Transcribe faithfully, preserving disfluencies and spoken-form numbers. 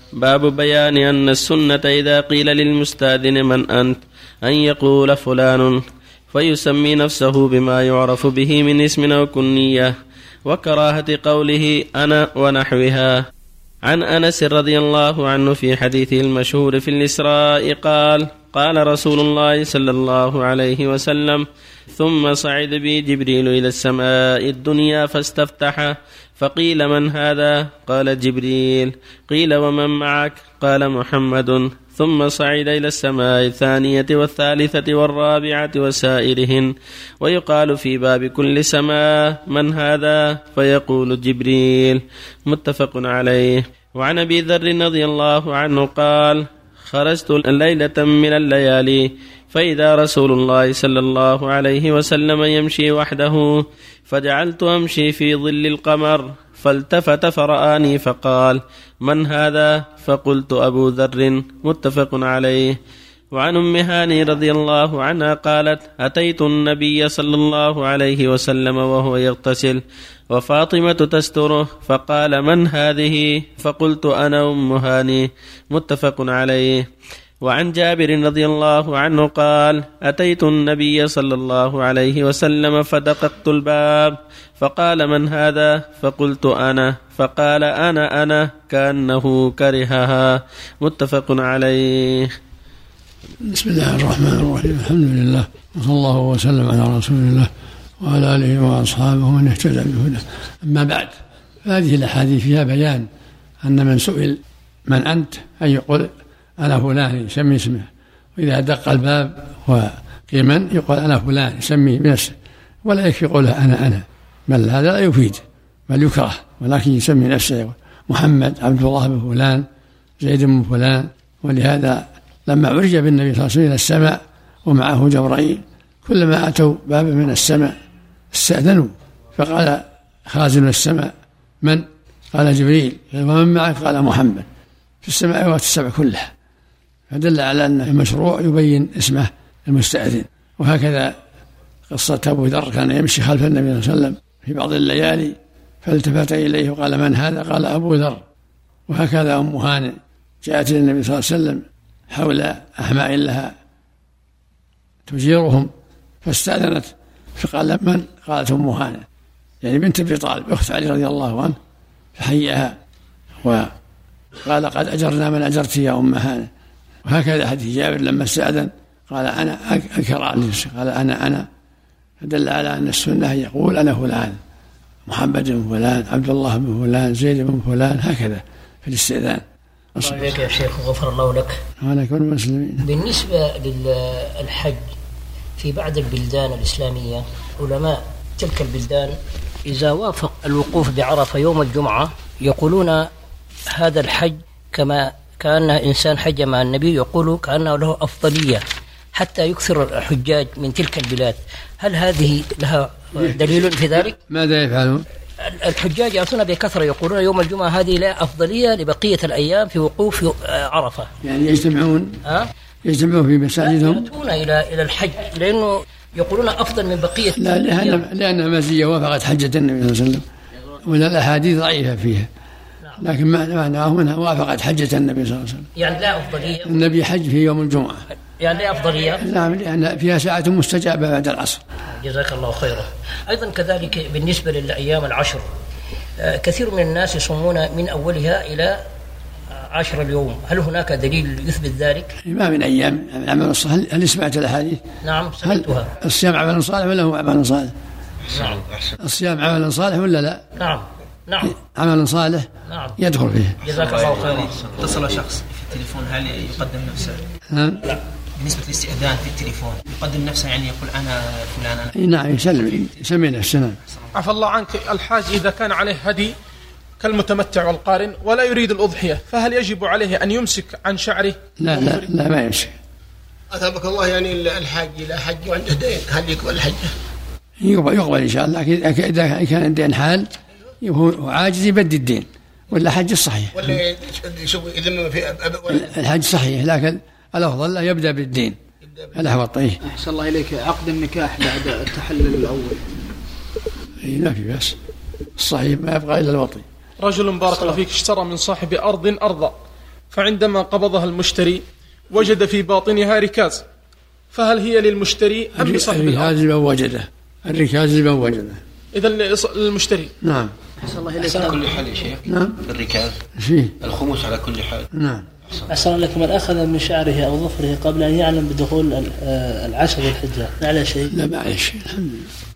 باب بيان أن السنة إذا قيل للمستأذن من أنت أن يقول فلان فيسمي نفسه بما يعرف به من اسم أو كنية، وكراهة قوله أنا ونحوها. عن أنس رضي الله عنه في حديثه المشهور في الإسراء قال: قال رسول الله صلى الله عليه وسلم: ثم صعد بي جبريل إلى السماء الدنيا فاستفتح، فقيل: من هذا؟ قال: جبريل. قيل: ومن معك؟ قال: محمد. ثم صعد إلى السماء الثانية والثالثة والرابعة وسائرهن، ويقال في باب كل سماء: من هذا؟ فيقول: جبريل. متفق عليه. وعن أبي ذر رضي الله عنه قال: خرجت ليلة من الليالي فإذا رسول الله صلى الله عليه وسلم يمشي وحده، فجعلت أمشي في ظل القمر، فالتفت فرآني فقال: من هذا؟ فقلت: أبو ذر. متفق عليه. وعن أم هاني رضي الله عنها قالت: أتيت النبي صلى الله عليه وسلم وهو يغتسل وفاطمة تستره، فقال: من هذه؟ فقلت: أنا أم هاني. متفق عليه. وعن جابر رضي الله عنه قال: أتيت النبي صلى الله عليه وسلم فدققت الباب، فقال: من هذا؟ فقلت: أنا. فقال: أنا أنا كأنه كرهها. متفق عليه. بسم الله الرحمن الرحيم. الحمد لله، وصلى الله وسلم على رسول الله وعلى آله وأصحابه ومن اهتدى بهداه. أما بعد، هذه الأحاديث فيها بيان أن من سئل من أنت أن يقول: أنا فلان، يسمي اسمه. وإذا دق الباب وقيل من، يقول: أنا فلان، يسمي بنفسه، ولا يكفي قوله أنا أنا، بل هذا لا يفيد بل يكره، ولكن يسمي نفسه: محمد، عبد الله بن فلان، زيد بن فلان. ولهذا لما عرج بالنبي صلى الله عليه وسلم إلى السماء ومعه جبرائيل، كلما أتوا بابا من السماء استأذنوا، فقال خازن السماء: من؟ قال: جبريل. ومن معك؟ قال: محمد. في السماوات السبع كلها، فدل على أن المشروع يبين اسمه المستأذن. وهكذا قصة أبو ذر، كان يمشي خلف النبي صلى الله عليه وسلم في بعض الليالي فالتفت إليه وقال: من هذا؟ قال: أبو ذر. وهكذا أم هانئ جاءت للنبي صلى الله عليه وسلم حول أحماء لها تجيرهم، فاستأذنت، فقال: من؟ قالت: أم هانئ، يعني بنت أبي طالب أخت علي رضي الله عنه، فحياها وقال: قد أجرنا من أجرت يا أم هانئ. وهكذا حديث جابر لما استأذن قال: أنا أنكر على نفسه، قال: أنا أنا فدل على أن السنة يقول: أنا فلان، محمد بن فلان، عبد الله بن فلان، زيد بن فلان، هكذا في الاستئذان. الله عليك يا شيخ وغفر الله لك. وعليكم المسلمين. بالنسبة للحج في بعض البلدان الإسلامية، علماء تلك البلدان إذا وافق الوقوف بعرفة يوم الجمعة يقولون هذا الحج كما كأنه إنسان حج مع النبي، يقولوا كأنه له أفضلية حتى يكثر الحجاج من تلك البلاد. هل هذه لها دليل في ذلك؟ ماذا يفعلون؟ الحجاج يأتون بكثرة، يقولون يوم الجمعة هذه لا أفضلية لبقية الأيام في وقوف عرفة، يعني يجتمعون أه؟ يجتمعون في مساجدهم، يأتون إلى إلى الحج لأنه يقولون أفضل من بقية. لا، لأن لأنها مزية وافقت حجة النبي صلى الله عليه وسلم، ولا الأحاديث ضعيفة فيها، لكن معناه منها وافقت حجة النبي صلى الله عليه وسلم، يعني لا أفضلية. النبي حج في يوم الجمعة، يعني لا أفضلية. نعم، لأن فيها ساعة مستجابة بعد العصر. جزاك الله خيرا. أيضا كذلك بالنسبة للأيام العشر، كثير من الناس يصومون من أولها إلى عشر اليوم، هل هناك دليل يثبت ذلك؟ ما من أيام العمل الصالح. هل سمعت الأحاديث؟ نعم سمعتها. الصيام عمل صالح ولا هو عمل صالح؟ نعم. الصيام عمل صالح ولا لا؟ نعم نعم عمل صالح. نعم. يدخل فيه. جزاك الله خيرا. اتصل شخص في التليفون، هل يقدم نفسه؟ نعم. لا. بالنسبة للاستئذان في التليفون يقدم نفسه، يعني يقول أنا فلان أنا. نعم، يسلم يسمي نفسه. عفى الله عنك، الحاج إذا كان عليه هدي كالمتمتع والقارن ولا يريد الأضحية، فهل يجب عليه أن يمسك عن شعره؟ لا لا لا ما يمسك. أثابك الله. يعني الحاج إلى حج وعنده دين، هل يقبل الحج؟ يقبل, يقبل إن شاء الله. إذا كان الدين حال وهو عاجز يبدي الدين، ولا حج الصحيح، ولا يسوي يذم في الحج صحيح، لكن الأفضل لا يبدأ بالدين. الأحوط. إيه. أحسن الله إليك. عقد النكاح بعد التحلل الأول إيه ما في بس، الصحيح ما يبقى إلا الوطي. رجل بارك الله فيك اشترى من صاحب أرض أرضا فعندما قبضها المشتري وجد في باطنها ركاز، فهل هي للمشتري أم لصاحب الأرض؟ الركاز من وجده، الركاز من وجده. إذا للمشتري. نعم. أحسن الله إليك. على كل حال يا شيخ. نعم. الركاز فيه الخمس على كل حال. نعم. أحسن الله إليك. من أخذ من شعره أو ظفره قبل أن يعلم بدخول العشر ذي الحجة، لا عليه شيء؟ لا ما عليه شيء، الحمد لله.